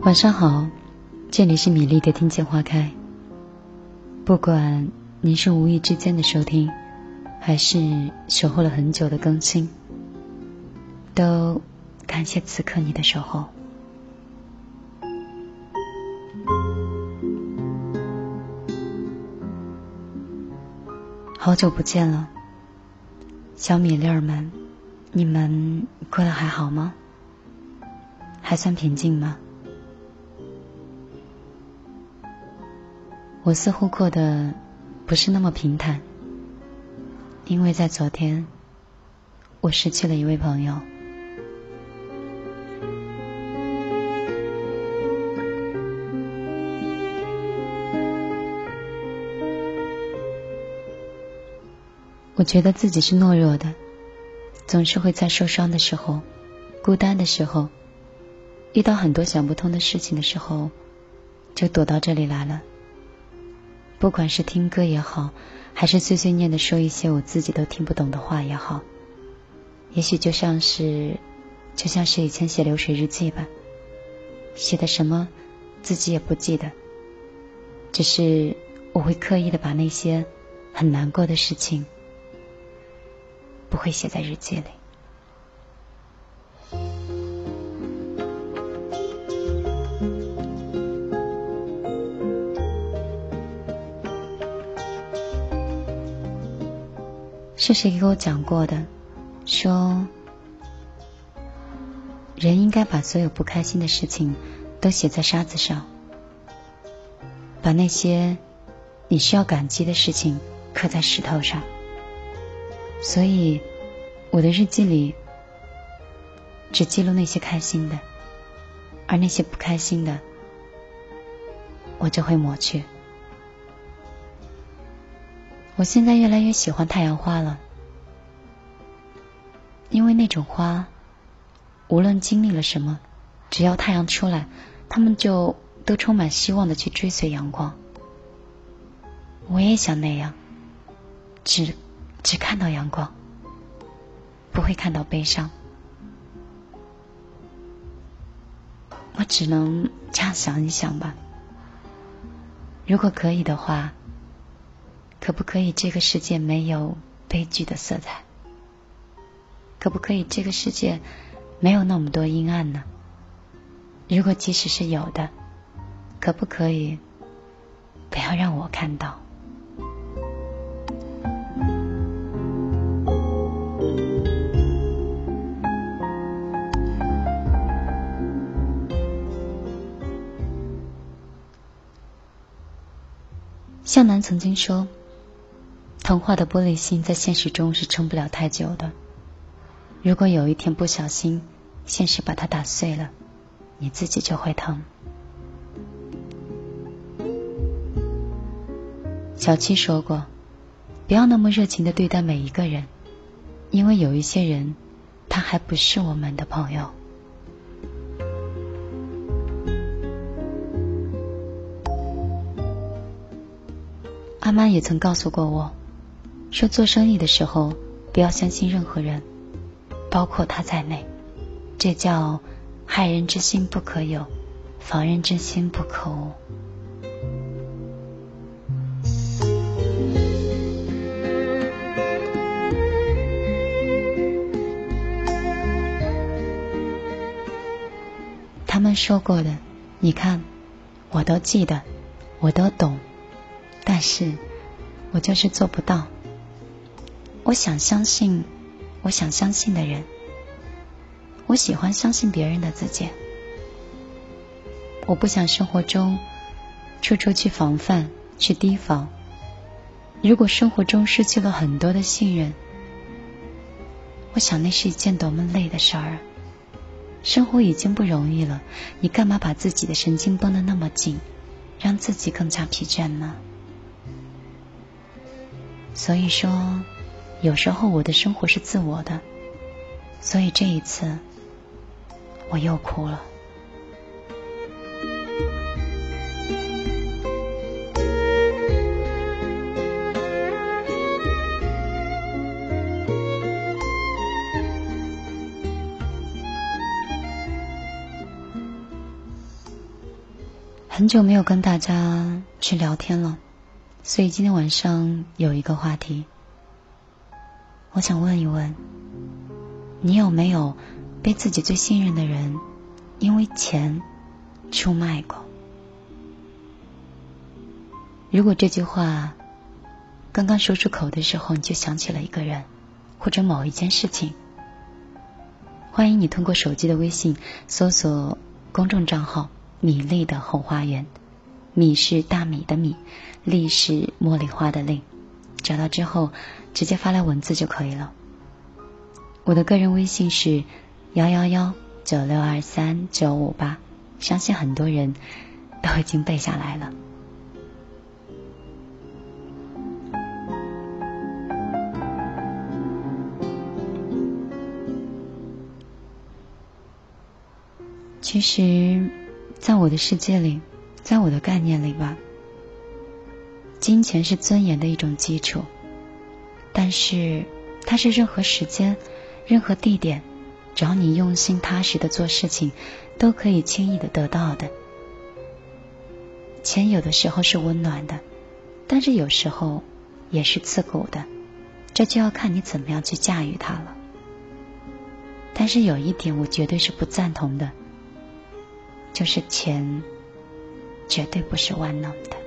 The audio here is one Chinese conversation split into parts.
晚上好，这里是米粒的听见花开。不管您是无意之间的收听，还是守候了很久的更新，都感谢此刻你的守候。好久不见了，小米粒儿们，你们过得还好吗？还算平静吗？我似乎过得不是那么平坦，因为在昨天，我失去了一位朋友。我觉得自己是懦弱的，总是会在受伤的时候、孤单的时候、遇到很多想不通的事情的时候，就躲到这里来了。不管是听歌也好，还是碎碎念的说一些我自己都听不懂的话也好，也许就像是以前写流水日记吧，写的什么自己也不记得，只是我会刻意的把那些很难过的事情不会写在日记里。是谁给我讲过的，说人应该把所有不开心的事情都写在沙子上，把那些你需要感激的事情刻在石头上。所以我的日记里只记录那些开心的，而那些不开心的我就会抹去。我现在越来越喜欢太阳花了，因为那种花无论经历了什么，只要太阳出来，它们就都充满希望的去追随阳光。我也想那样，只看到阳光，不会看到悲伤。我只能这样想一想吧。如果可以的话，可不可以这个世界没有悲剧的色彩？可不可以这个世界没有那么多阴暗呢？如果即使是有的，可不可以不要让我看到？向南曾经说，童话的玻璃心在现实中是撑不了太久的。如果有一天不小心，现实把它打碎了，你自己就会疼。小七说过，不要那么热情地对待每一个人，因为有一些人，他还不是我们的朋友。阿妈也曾告诉过我，说做生意的时候不要相信任何人，包括他在内，这叫害人之心不可有，防人之心不可无。他们说过的，你看，我都记得，我都懂，但是我就是做不到。我想相信的人，我喜欢相信别人的自己。我不想生活中处处去防范，去提防。如果生活中失去了很多的信任，我想那是一件多么累的事儿。生活已经不容易了，你干嘛把自己的神经绷得那么紧，让自己更加疲倦呢？所以说，有时候我的生活是自我的，所以这一次我又哭了。 很久没有跟大家去聊天了，所以今天晚上有一个话题，我想问一问，你有没有被自己最信任的人因为钱出卖过？如果这句话刚刚说出口的时候，你就想起了一个人或者某一件事情，欢迎你通过手机的微信搜索公众账号米粒的后花园，米是大米的米，粒是茉莉花的粒，找到之后直接发来文字就可以了。我的个人微信是11196239558，相信很多人都已经背下来了。其实在我的世界里，在我的概念里吧，金钱是尊严的一种基础，但是它是任何时间任何地点，只要你用心踏实的做事情，都可以轻易的得到的。钱有的时候是温暖的，但是有时候也是刺骨的，这就要看你怎么样去驾驭它了。但是有一点我绝对是不赞同的，就是钱绝对不是万能的。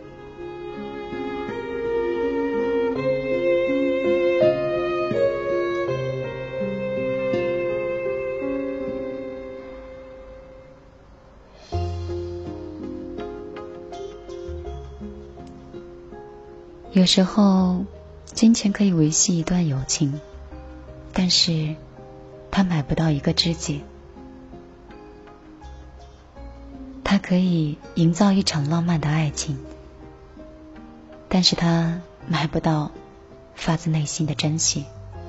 有时候金钱可以维系一段友情，但是它买不到一个知己。它可以营造一场浪漫的爱情，但是它买不到发自内心的珍惜。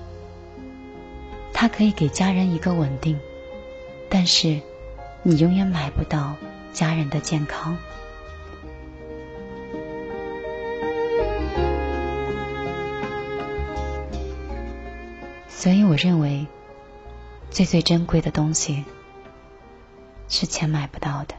它可以给家人一个稳定，但是你永远买不到家人的健康。所以我认为最最珍贵的东西是钱买不到的。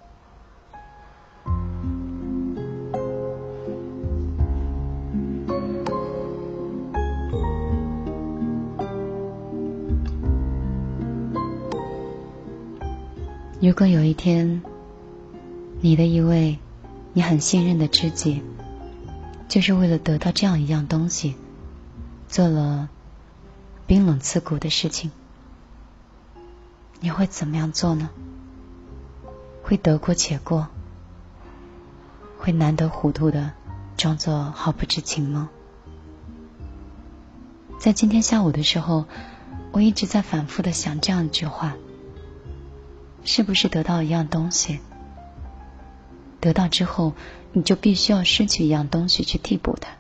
如果有一天你的一位你很信任的知己，就是为了得到这样一样东西，做了冰冷刺骨的事情，你会怎么样做呢？会得过且过，会难得糊涂的装作毫不知情吗？在今天下午的时候，我一直在反复的想这样一句话，是不是得到一样东西，得到之后你就必须要失去一样东西去替补它？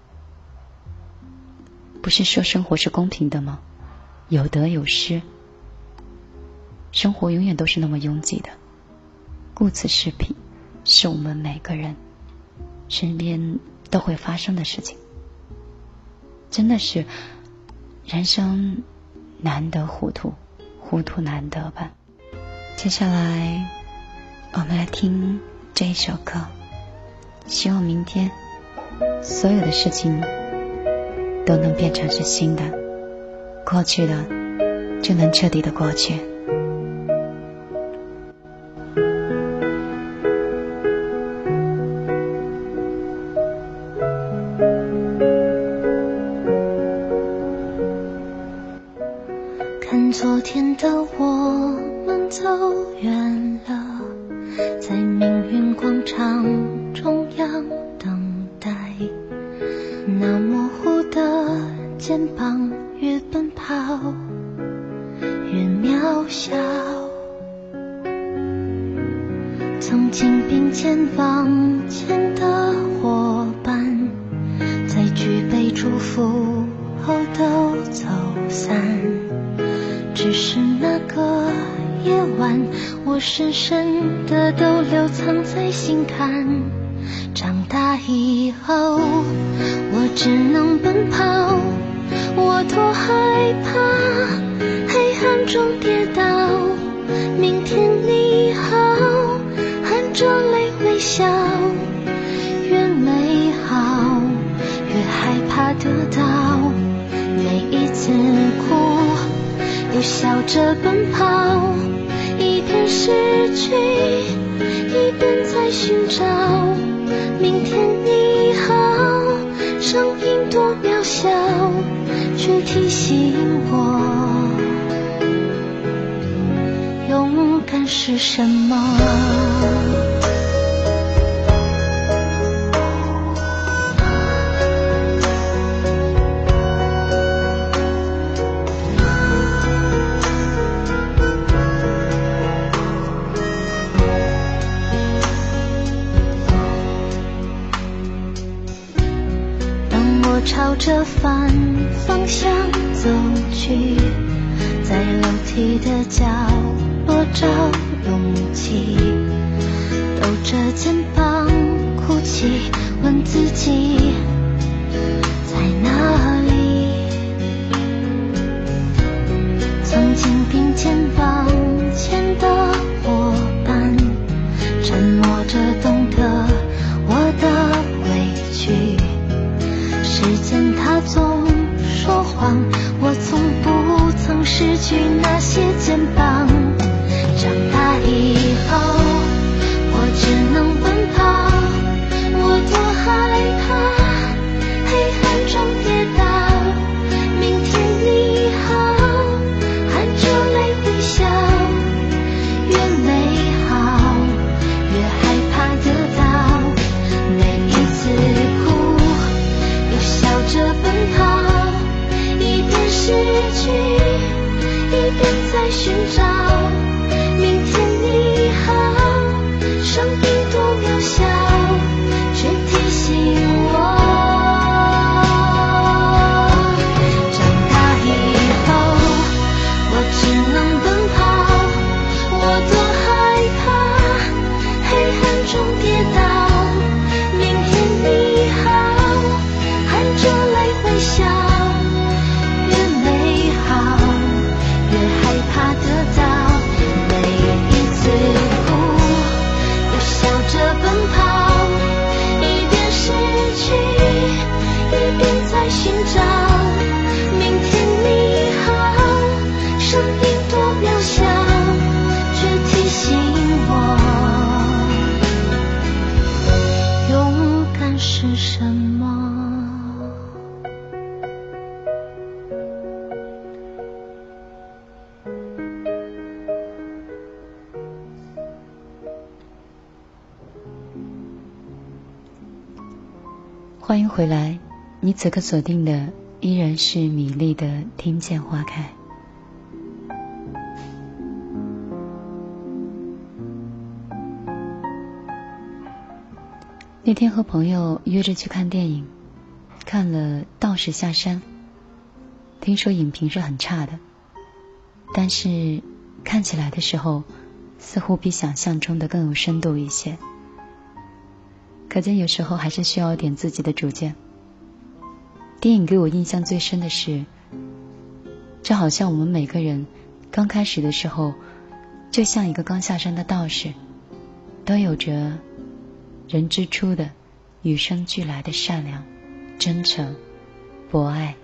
不是说生活是公平的吗？有得有失，生活永远都是那么拥挤的，顾此失彼是我们每个人身边都会发生的事情。真的是人生难得糊涂，糊涂难得吧。接下来我们来听这一首歌，希望明天所有的事情都能变成是新的，过去的就能彻底的过去。 看昨天的我们走远了，在命运广场中央等待，那模糊的肩膀越奔跑越渺小，曾经并肩往前的伙伴，在举杯祝福后都走散，只是那个夜晚，我深深的都留藏在心坎。长大以后，我只能奔跑，我多害怕黑暗中跌倒。明天你好，含着泪笑，越美好越害怕得到，每一次哭又笑着奔跑，一边失去一边在寻找，明天你好，声音多渺小，却提醒我勇敢是什么。朝着反方向走去，在楼梯的角落找勇气，抖着肩膀哭泣，问自己在哪里。曾经并肩往前的伙伴，沉默着懂得我的委屈，时间它总说谎，我从不曾失去那些肩膀。长大以后我只能奔跑，我多害怕黑暗中跌倒，明天你好，含着泪微笑，越美好越害怕得到，每一次哭笑着奔跑，一边失去一边在寻找，明天你好，声音多渺小，却提醒我长大以后我只能奔跑，我多害怕黑暗中跌倒，明天你好，含着泪微笑，越美好越害怕得到，每一次哭又笑着奔跑，一边失去一边在寻找，明天你好，声音多渺小，却提醒我勇敢是什么。 欢迎回来，你此刻锁定的依然是米粒的听见花开。那天和朋友约着去看电影，看了《道士下山》，听说影评是很差的，但是看起来的时候似乎比想象中的更有深度一些。可见有时候还是需要点自己的主见。电影给我印象最深的是，这好像我们每个人刚开始的时候就像一个刚下山的道士，都有着人之初的与生俱来的善良、真诚、博爱。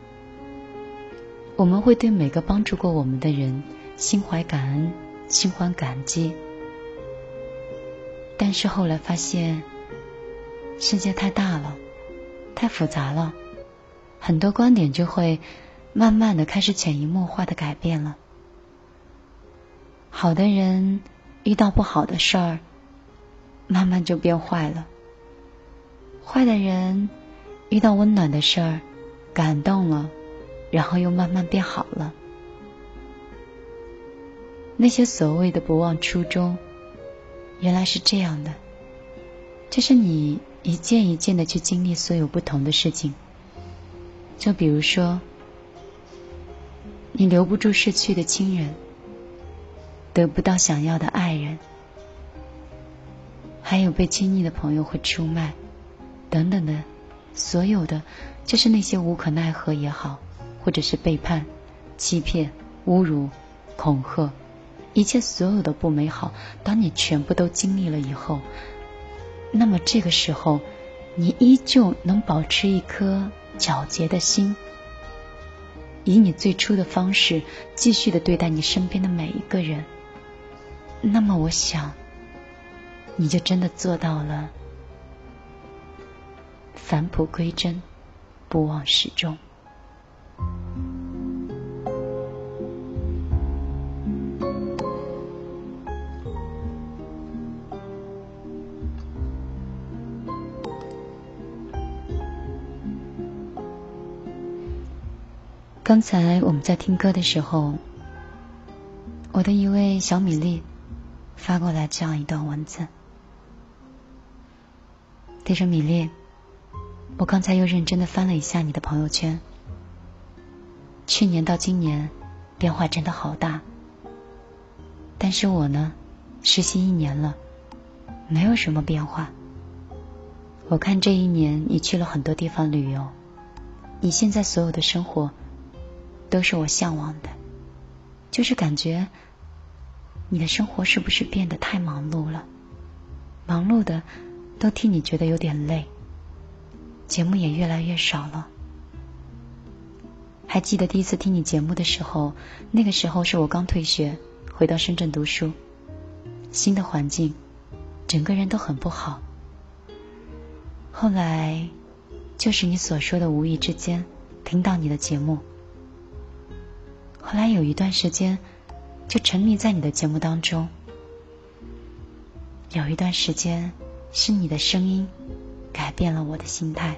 我们会对每个帮助过我们的人心怀感恩、心怀感激，但是后来发现世界太大了，太复杂了，很多观点就会慢慢的开始潜移默化的改变了。好的人遇到不好的事儿，慢慢就变坏了；坏的人遇到温暖的事儿，感动了，然后又慢慢变好了。那些所谓的不忘初衷，原来是这样的，就是你一件一件的去经历所有不同的事情。就比如说，你留不住逝去的亲人，得不到想要的爱人，还有被亲昵的朋友会出卖等等的，所有的就是那些无可奈何也好，或者是背叛、欺骗、侮辱、恐吓，一切所有的不美好，当你全部都经历了以后， 那么这个时候你依旧能保持一颗皎洁的心，以你最初的方式继续的对待你身边的每一个人，那么我想你就真的做到了返璞归真，不忘始终。刚才我们在听歌的时候，我的一位小米粒发过来这样一段文字。他说：米粒，我刚才又认真的翻了一下你的朋友圈，去年到今年变化真的好大，但是我呢，实习1年了，没有什么变化。我看这1年你去了很多地方旅游，你现在所有的生活都是我向往的，就是感觉你的生活是不是变得太忙碌了，忙碌的都替你觉得有点累，节目也越来越少了。还记得第一次听你节目的时候，那个时候是我刚退学回到深圳读书，新的环境，整个人都很不好。后来就是你所说的无意之间听到你的节目，后来有一段时间就沉迷在你的节目当中，有一段时间是你的声音改变了我的心态。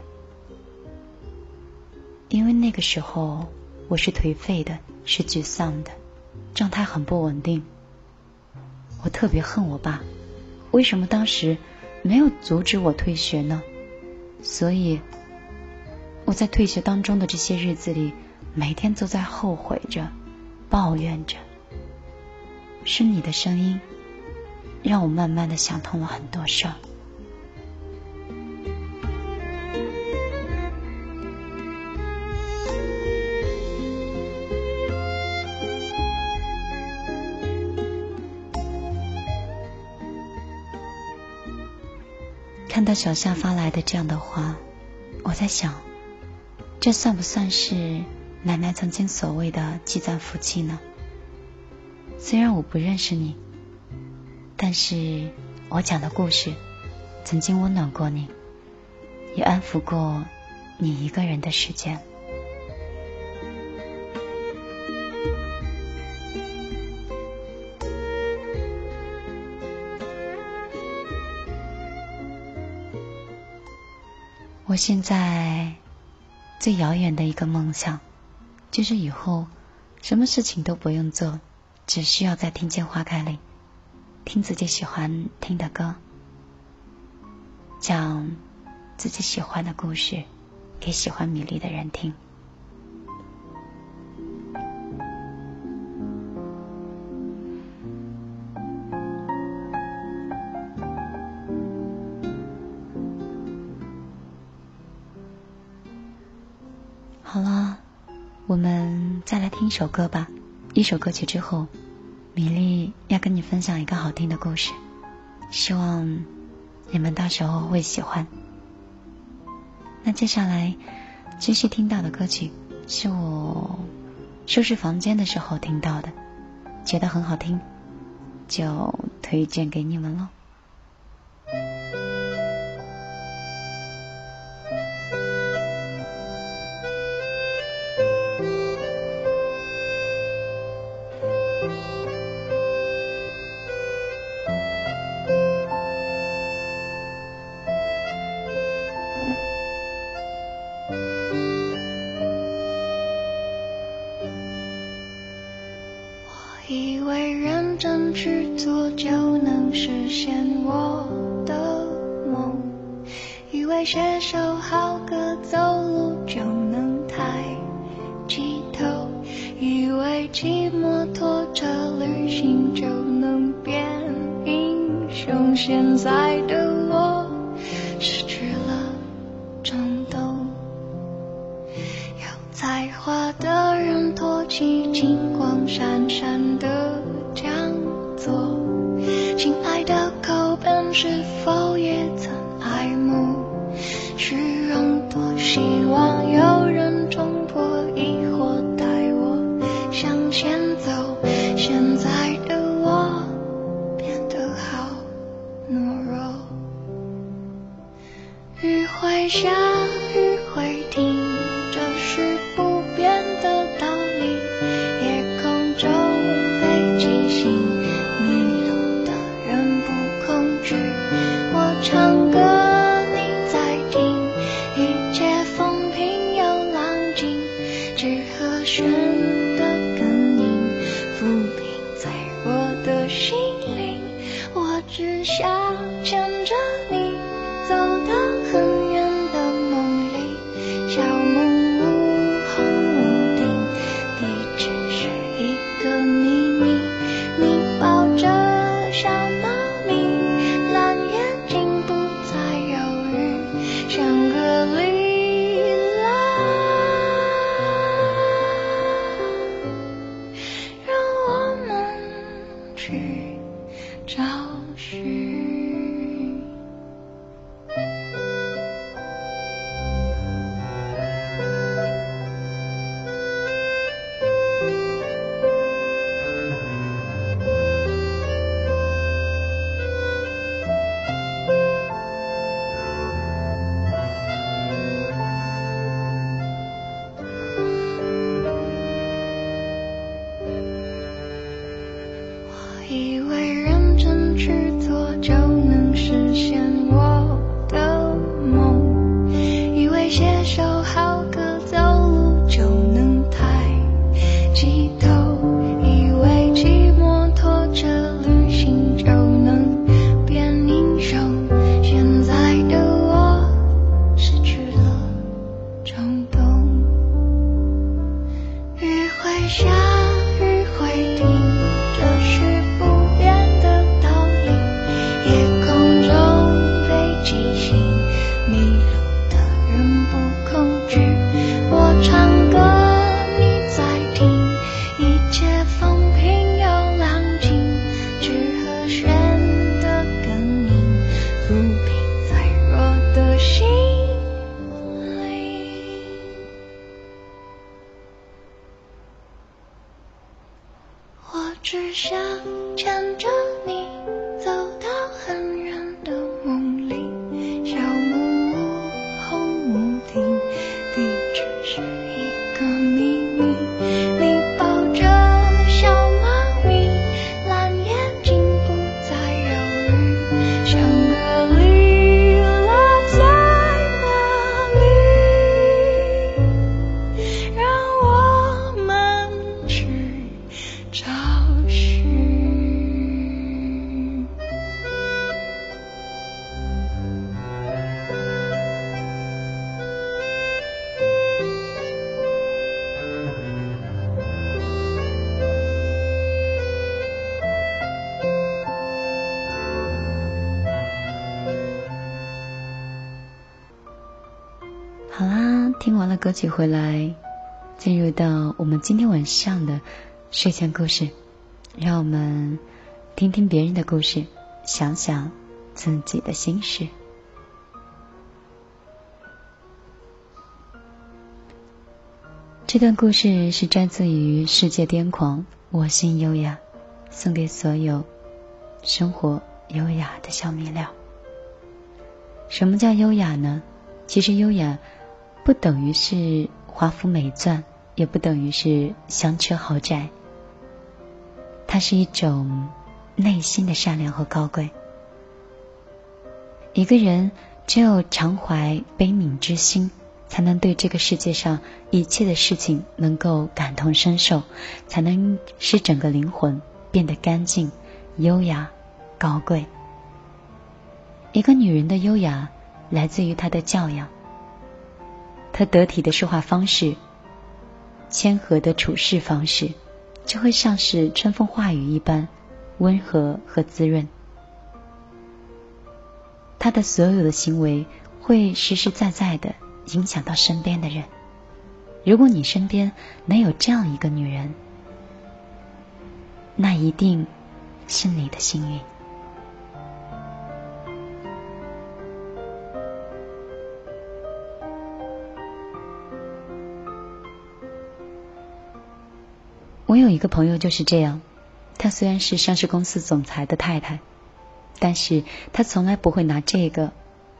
因为那个时候我是颓废的，是沮丧的，状态很不稳定。我特别恨我爸，为什么当时没有阻止我退学呢？所以我在退学当中的这些日子里，每天都在后悔着，抱怨着。是你的声音让我慢慢的想通了很多事儿。看到小夏发来的这样的话，我在想，这算不算是奶奶曾经所谓的积攒福气呢？虽然我不认识你，但是我讲的故事曾经温暖过你，也安抚过你一个人的时间。我现在最遥远的一个梦想，就是以后什么事情都不用做，只需要在听见花开里听自己喜欢听的歌，讲自己喜欢的故事给喜欢米粒的人听。好了，我们再来听一首歌吧。一首歌曲之后，米粒要跟你分享一个好听的故事，希望你们到时候会喜欢。那接下来继续听到的歌曲是我收拾房间的时候听到的，觉得很好听，就推荐给你们咯。 以为认真去做就能实现我的梦，以为写首好歌走路就能抬起头，以为骑摩托车旅行就能变英雄，现在的我失去了冲动。有才华的人托起金光闪闪的讲座，亲爱的口本是否也曾希望有人冲破疑惑，带我向前走。现在的我变得好懦弱，雨会下，雨会停，这是不变的道理。夜空中被记醒，迷路的人不恐惧。我唱歌你在听，一切风平又浪静，只和弦的根音抚平在我的心灵。我只想牵着你走到很远的梦里，小梦无红无顶，地址是一个秘密。你抱着小猫咪，蓝眼睛不再犹豫，像个莉拉，让我们去找寻。以为认真去做就能实现我的梦，以为写首好歌走路就能抬起头，以为骑摩托车旅行就能变英雄。现在的我失去了冲动，雨会下，雨会停，这是只想牵着你走到很远的梦里，小木屋红屋顶，地址是一个秘密。你抱着小猫咪，蓝眼睛不再犹豫，像个莉拉在哪里，让我们去找寻。 好啦，听完了歌曲回来，进入到我们今天晚上的睡前故事，让我们听听别人的故事，想想自己的心事。这段故事是摘自于《世界癫狂》，我心优雅，送给所有生活优雅的小米料。什么叫优雅呢？其实优雅不等于是华服美钻，也不等于是香车豪宅，它是一种内心的善良和高贵。一个人只有常怀悲悯之心，才能对这个世界上一切的事情能够感同身受，才能使整个灵魂变得干净、优雅、高贵。一个女人的优雅来自于她的教养，她得体的说话方式，谦和的处事方式，就会像是春风化雨一般温和和滋润。她的所有的行为会实实在在的影响到身边的人。如果你身边能有这样一个女人，那一定是你的幸运。 我有一个朋友就是这样，她虽然是上市公司总裁的太太，但是她从来不会拿这个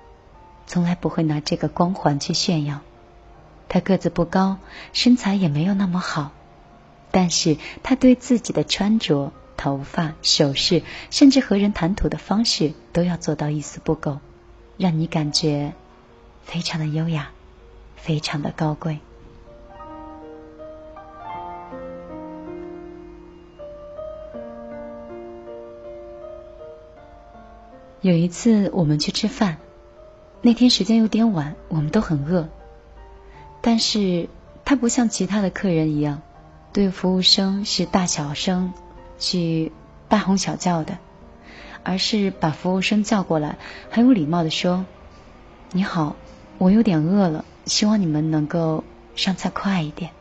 光环去炫耀。她个子不高，身材也没有那么好，但是她对自己的穿着、头发、首饰，甚至和人谈吐的方式都要做到一丝不苟，让你感觉非常的优雅，非常的高贵。有一次我们去吃饭，那天时间有点晚，我们都很饿，但是他不像其他的客人一样对服务生是大小声去大吼小叫的，而是把服务生叫过来，很有礼貌地说：你好，我有点饿了，希望你们能够上菜快一点。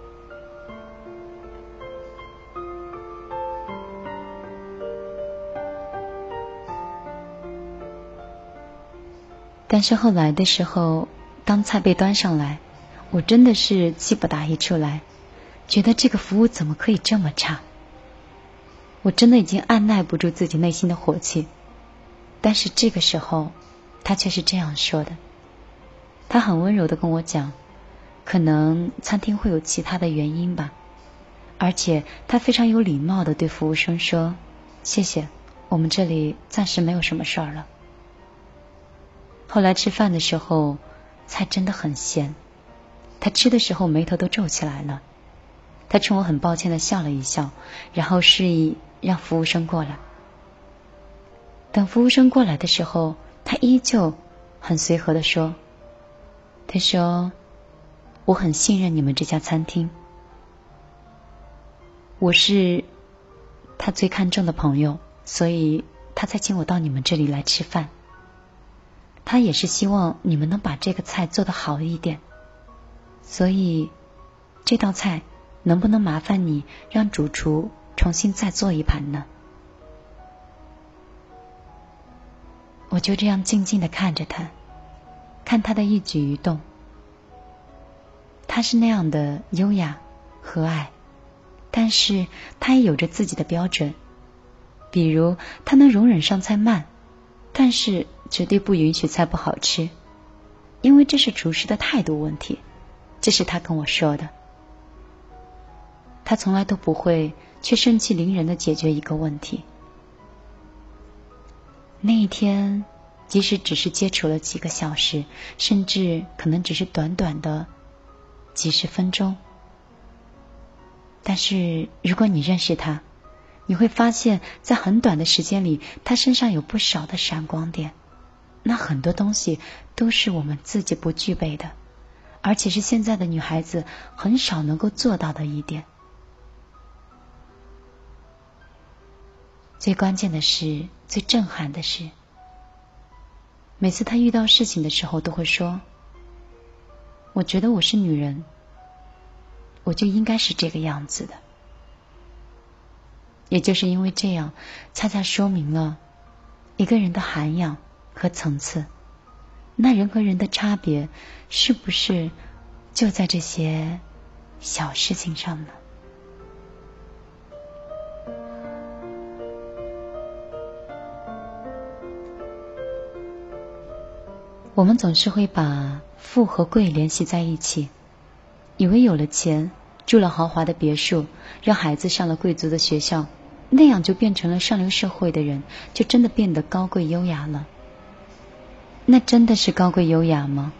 但是后来的时候，当菜被端上来，我真的是气不打一处来，觉得这个服务怎么可以这么差。我真的已经按耐不住自己内心的火气，但是这个时候他却是这样说的。他很温柔地跟我讲，可能餐厅会有其他的原因吧，而且他非常有礼貌地对服务生说：谢谢，我们这里暂时没有什么事儿了。后来吃饭的时候，菜真的很咸，他吃的时候眉头都皱起来了。他冲我很抱歉地笑了一笑，然后示意让服务生过来。等服务生过来的时候，他依旧很随和地说：他说，我很信任你们这家餐厅，我是他最看重的朋友，所以他才请我到你们这里来吃饭。他也是希望你们能把这个菜做得好一点，所以这道菜能不能麻烦你让主厨重新再做一盘呢？我就这样静静地看着他，看他的一举一动。他是那样的优雅和蔼，但是他也有着自己的标准，比如他能容忍上菜慢，但是绝对不允许菜不好吃，因为这是厨师的态度问题，这是他跟我说的。他从来都不会去盛气凌人地解决一个问题。那一天即使只是接触了几个小时，甚至可能只是短短的几十分钟，但是如果你认识他，你会发现在很短的时间里，他身上有不少的闪光点，那很多东西都是我们自己不具备的，而且是现在的女孩子很少能够做到的一点。最关键的是，最震撼的是，每次他遇到事情的时候都会说，我觉得我是女人，我就应该是这个样子的。也就是因为这样，恰恰说明了一个人的涵养和层次，那人和人的差别是不是就在这些小事情上呢？我们总是会把富和贵联系在一起，以为有了钱，住了豪华的别墅，让孩子上了贵族的学校，那样就变成了上流社会的人，就真的变得高贵优雅了。那真的是高贵优雅吗？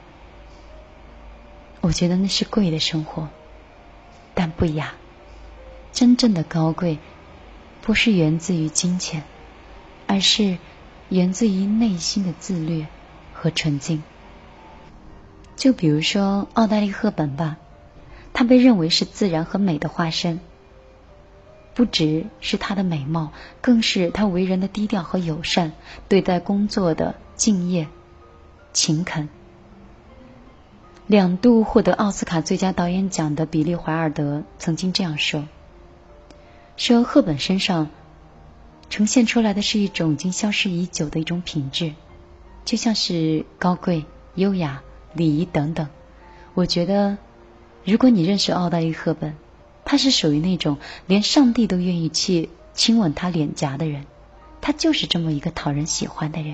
我觉得那是贵的生活，但不雅。真正的高贵不是源自于金钱，而是源自于内心的自律和纯净。就比如说奥黛丽·赫本吧，她被认为是自然和美的化身，不只是她的美貌，更是她为人的低调和友善，对待工作的敬业勤恳。2度获得奥斯卡最佳导演奖的比利·怀尔德曾经这样说，说赫本身上呈现出来的是一种已经消失已久的一种品质，就像是高贵、优雅、礼仪等等。我觉得如果你认识奥黛丽·赫本， 他是属于那种连上帝都愿意去亲吻他脸颊的人，他就是这么一个讨人喜欢的人。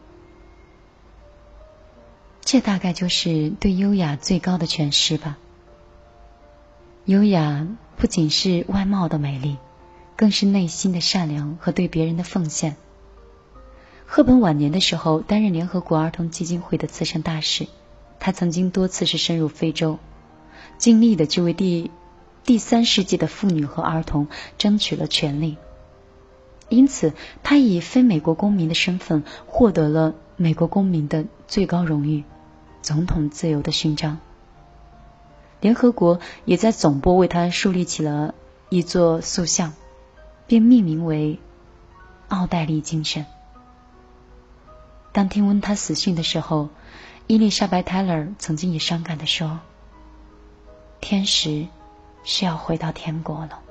这大概就是对优雅最高的诠释吧。优雅不仅是外貌的美丽，更是内心的善良和对别人的奉献。赫本晚年的时候担任联合国儿童基金会的慈善大使，他曾经多次是深入非洲，尽力的去为第3世纪的妇女和儿童争取了权利。因此他以非美国公民的身份获得了美国公民的最高荣誉总统自由的勋章。联合国也在总部为他树立起了一座塑像，并命名为奥黛丽精神。当听闻他死讯的时候，伊丽莎白·泰勒曾经也伤感地说，天使是要回到天国了。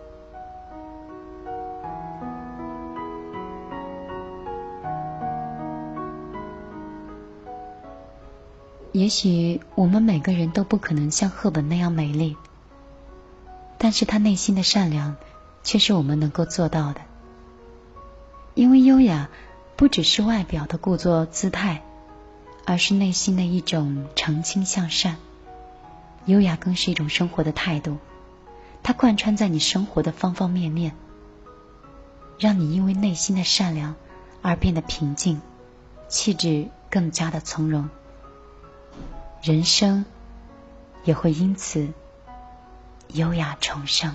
也许我们每个人都不可能像赫本那样美丽，但是她内心的善良却是我们能够做到的。因为优雅不只是外表的故作姿态，而是内心的一种澄清向善。优雅更是一种生活的态度，它贯穿在你生活的方方面面，让你因为内心的善良而变得平静，气质更加的从容，人生也会因此优雅重生。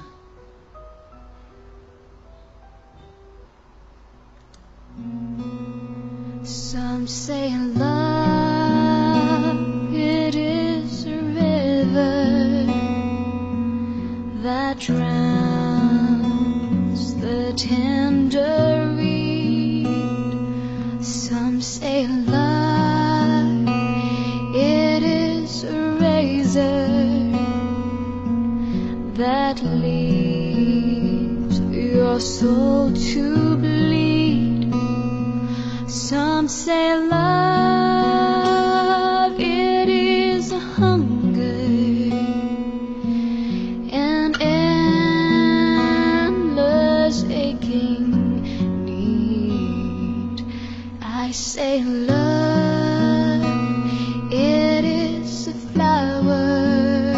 Some say love, it is a river that drowns the tender reed. Some say love, it is a razor that leaves your soul to bleed. Some say love, it is a hunger, an endless aching need. I say love, it is a flower,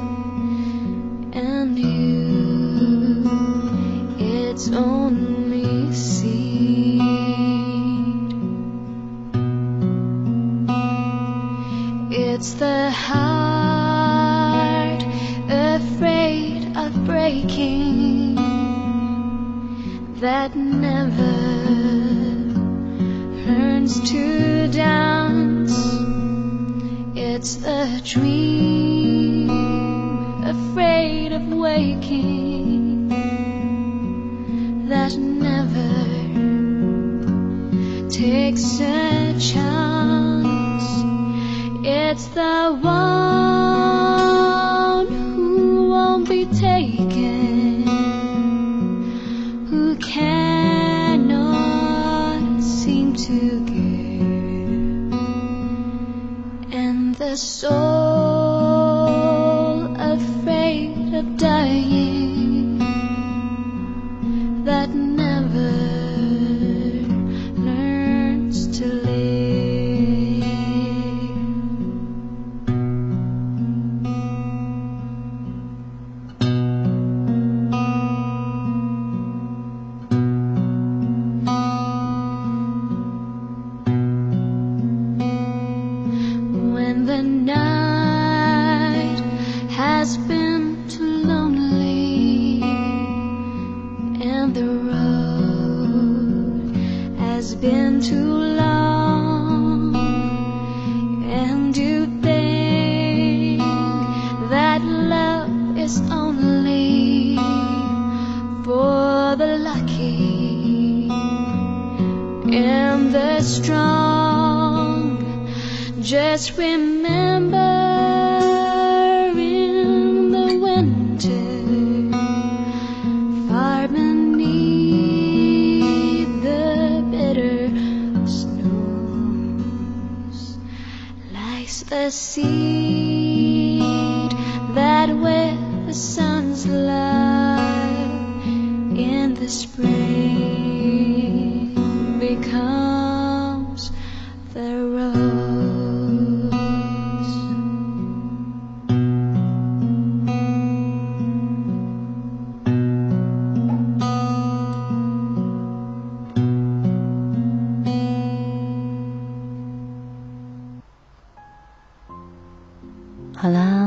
and you, it's only seed. It's the heart afraid of breaking that never learns to dance. It's the dream afraid of waking that never takes a chance. It's the one who won't be taken, who cannot seem to give, and the soul afraid of dying that never learns to live. When the night has been too lonely and the road has been too long, and you think that love is only for the lucky and the strong, just remember in the winter, far beneath the bitter snows, lies the seed that with the sun's light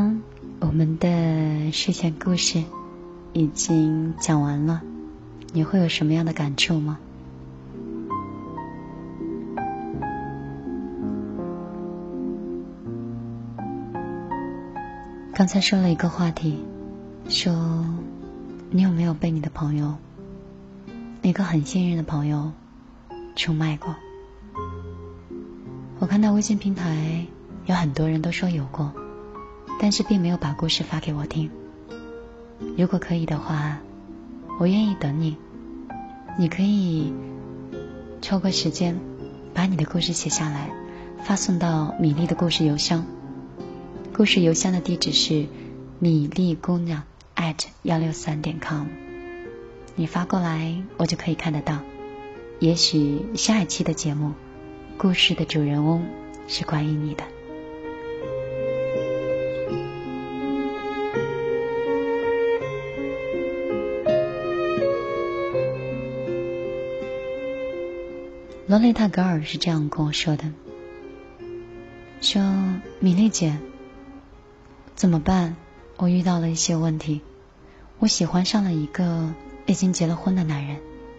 啦，我们的睡前故事已经讲完了，你会有什么样的感触吗？刚才说了一个话题，说你有没有被你的朋友，一个很信任的朋友出卖过？我看到微信平台有很多人都说有过，但是并没有把故事发给我听。如果可以的话，我愿意等你，你可以抽个时间把你的故事写下来，发送到米粒的故事邮箱。故事邮箱的地址是米粒姑娘@163.com， 你发过来我就可以看得到。也许下一期的节目故事的主人翁是关于你的。罗蕾塔·格尔是这样跟我说的，说米莉姐，怎么办？我遇到了一些问题，我喜欢上了一个已经结了婚的男人。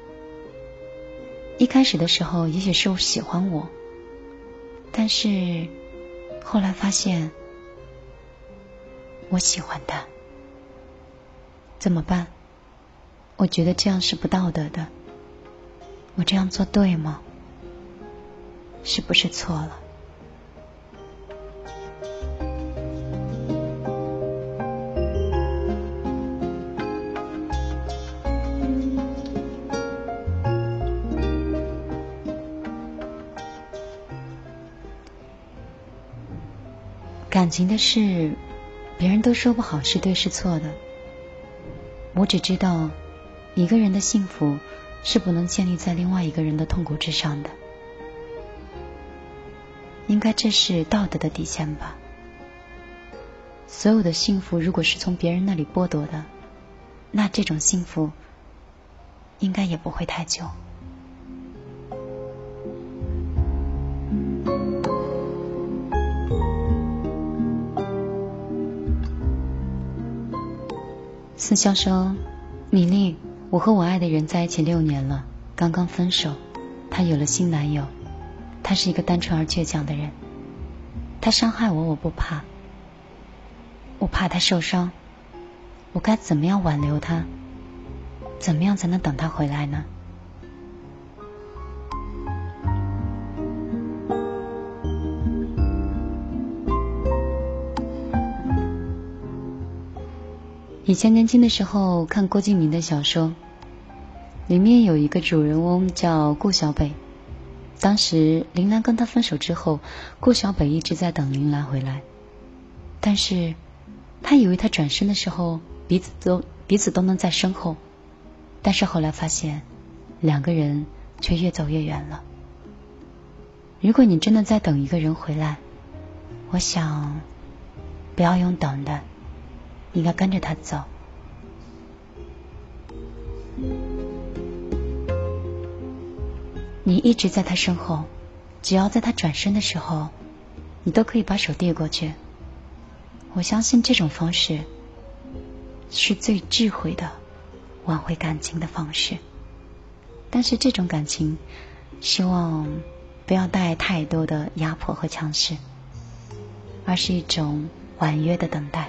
一开始的时候也许是喜欢我，但是后来发现我喜欢他，怎么办？我觉得这样是不道德的，我这样做对吗？是不是错了？感情的事，别人都说不好是对是错的。我只知道，一个人的幸福是不能建立在另外一个人的痛苦之上的。应该这是道德的底线吧。所有的幸福如果是从别人那里剥夺的，那这种幸福应该也不会太久。思潇说，米莉，我和我爱的人在一起6年了，刚刚分手，他有了新男友，他是一个单纯而倔强的人，他伤害我，我不怕，我怕他受伤，我该怎么样挽留他？怎么样才能等他回来呢？以前年轻的时候看郭敬明的小说，里面有一个主人翁叫顾小北。当时林兰跟他分手之后，顾小北一直在等林兰回来，但是他以为他转身的时候彼此都能在身后，但是后来发现两个人却越走越远了。如果你真的在等一个人回来，我想不要用等的，应该跟着他走。你一直在他身后，只要在他转身的时候，你都可以把手递过去。我相信这种方式是最智慧的挽回感情的方式，但是这种感情希望不要带太多的压迫和强势，而是一种婉约的等待。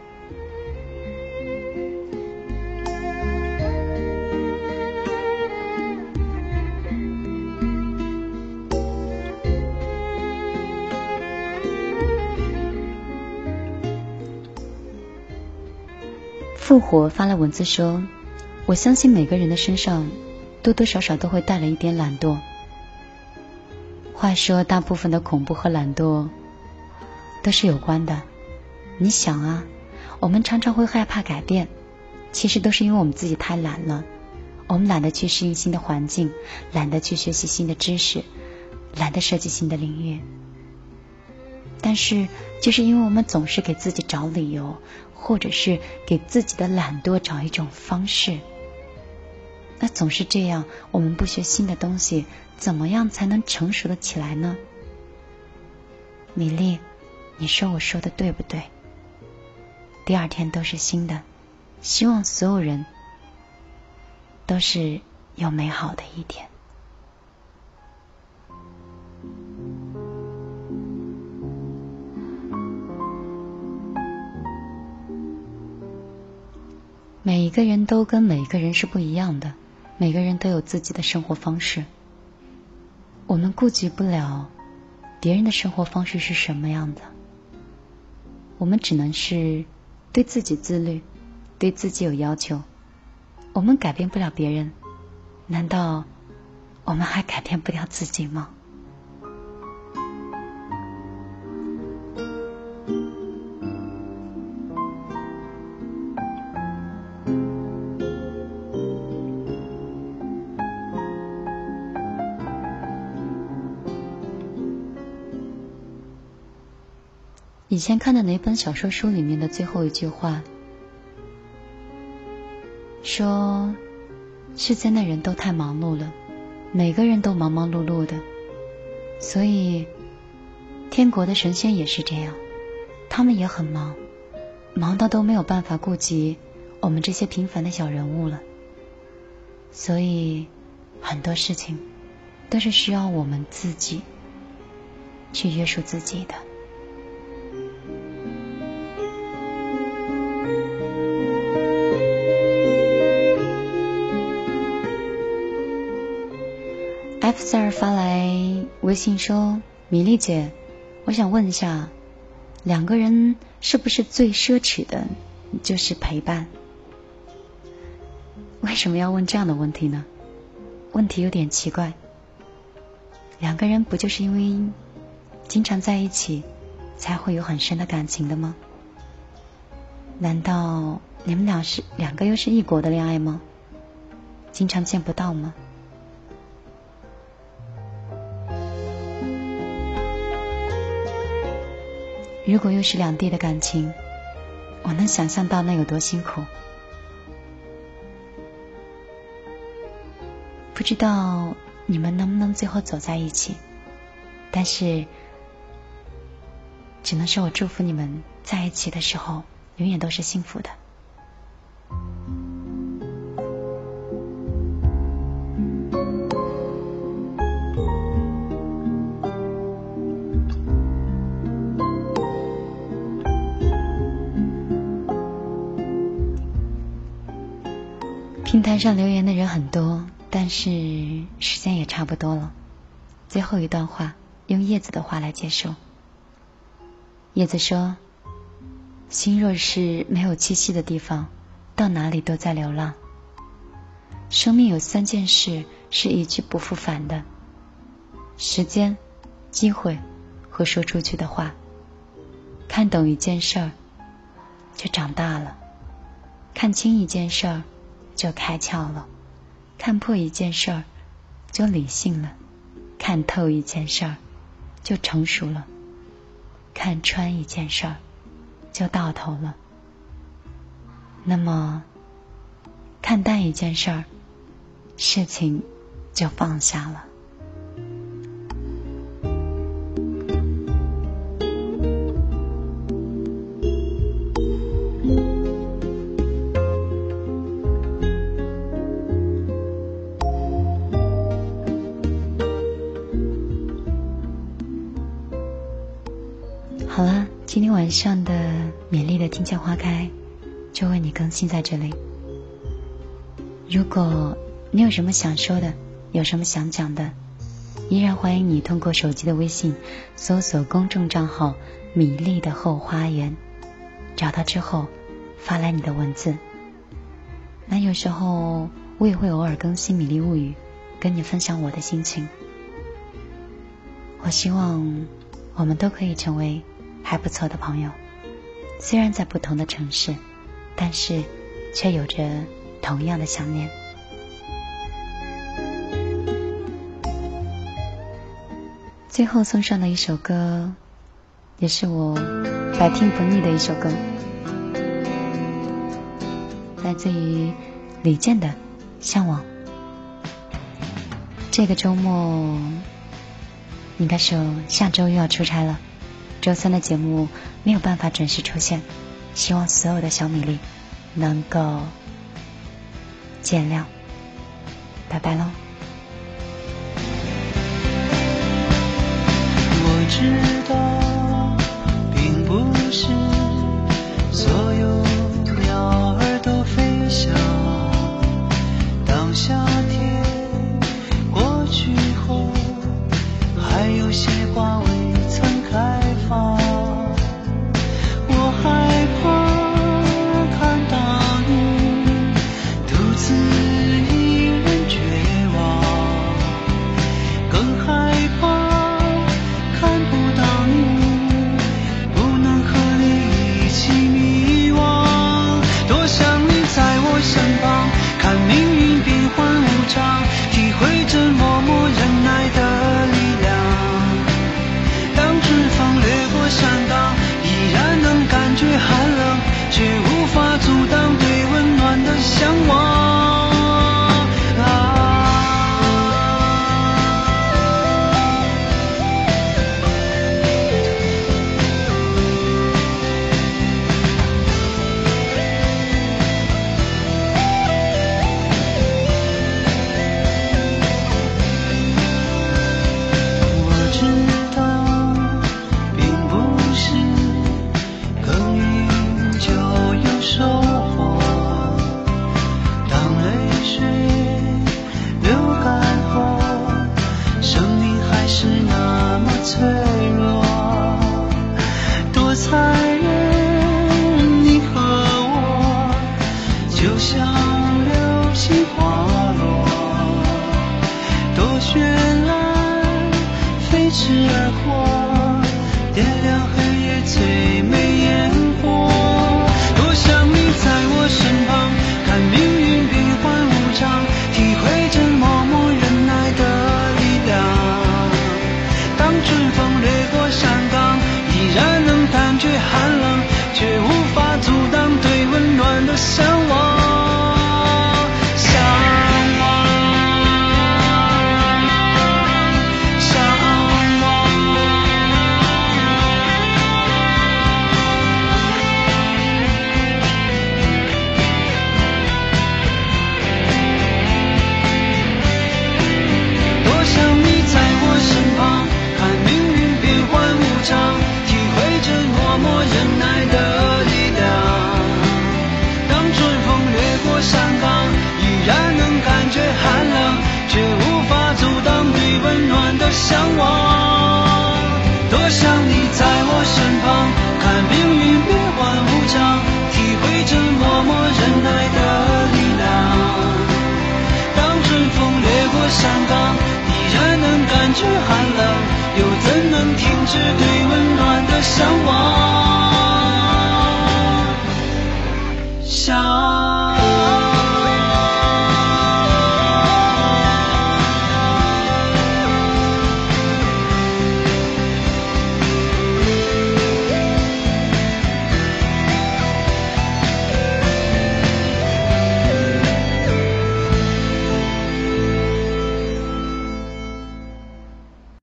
复活发了文字说，我相信每个人的身上多多少少都会带了一点懒惰。话说大部分的恐怖和懒惰都是有关的。你想啊，我们常常会害怕改变，其实都是因为我们自己太懒了。我们懒得去适应新的环境，懒得去学习新的知识，懒得设计新的领域。但是就是因为我们总是给自己找理由，或者是给自己的懒惰找一种方式，那总是这样，我们不学新的东西，怎么样才能成熟的起来呢？米莉，你说我说的对不对？ 第二天都是新的。希望所有人都是有美好的一天。每一个人都跟每一个人是不一样的，每个人都有自己的生活方式。我们顾及不了别人的生活方式是什么样的，我们只能是对自己自律，对自己有要求。我们改变不了别人，难道我们还改变不了自己吗？以前看的哪本小说书里面的最后一句话说，世间的人都太忙碌了，每个人都忙忙碌碌的，所以天国的神仙也是这样，他们也很忙，忙到都没有办法顾及我们这些平凡的小人物了。所以很多事情都是需要我们自己去约束自己的。F4发来微信说，米粒姐，我想问一下，两个人是不是最奢侈的就是陪伴？为什么要问这样的问题呢？问题有点奇怪。两个人不就是因为经常在一起才会有很深的感情的吗？难道你们两个又是异国的恋爱吗？经常见不到吗？如果又是两地的感情，我能想象到那有多辛苦。不知道你们能不能最后走在一起，但是只能说我祝福你们在一起的时候永远都是幸福的。平台上留言的人很多，但是时间也差不多了。最后一段话用叶子的话来结束。叶子说，心若是没有栖息的地方，到哪里都在流浪。生命有3件事是一去不复返的：时间、机会和说出去的话。看懂一件事儿就长大了，看清一件事儿就开窍了，看破一件事儿就理性了，看透一件事儿就成熟了，看穿一件事儿就到头了。那么看淡一件事儿，事情就放下了。好了，今天晚上的勉励的听见花开就为你更新在这里。如果你有什么想说的，有什么想讲的，依然欢迎你通过手机的微信搜索公众账号米粒的后花园，找到之后发来你的文字。那有时候我也会偶尔更新米粒物语，跟你分享我的心情。我希望我们都可以成为还不错的朋友，虽然在不同的城市，但是却有着同样的想念。最后送上的一首歌，也是我百听不腻的一首歌，来自于李健的《向往》。这个周末应该说下周又要出差了，周3的节目没有办法准时出现， 希望所有的小米粒能够见谅，拜拜喽。 我知道并不是所有鸟儿都飞翔，当夏天过去后，还有些花未曾开放，我害怕看到你独自一人绝望，更害怕看不到你，不能和你一起迷惘。多想你在我身旁，看命运变幻无常，体会着默默忍耐的力量。当春风掠过山岗，依然能感觉寒冷，却无法阻挡对温暖的向往。向往，多想你在我身旁，看命运变幻无常，体会着默默忍耐的力量。当春风掠过山岗，依然能感觉寒冷，又怎能停止对温暖的向往？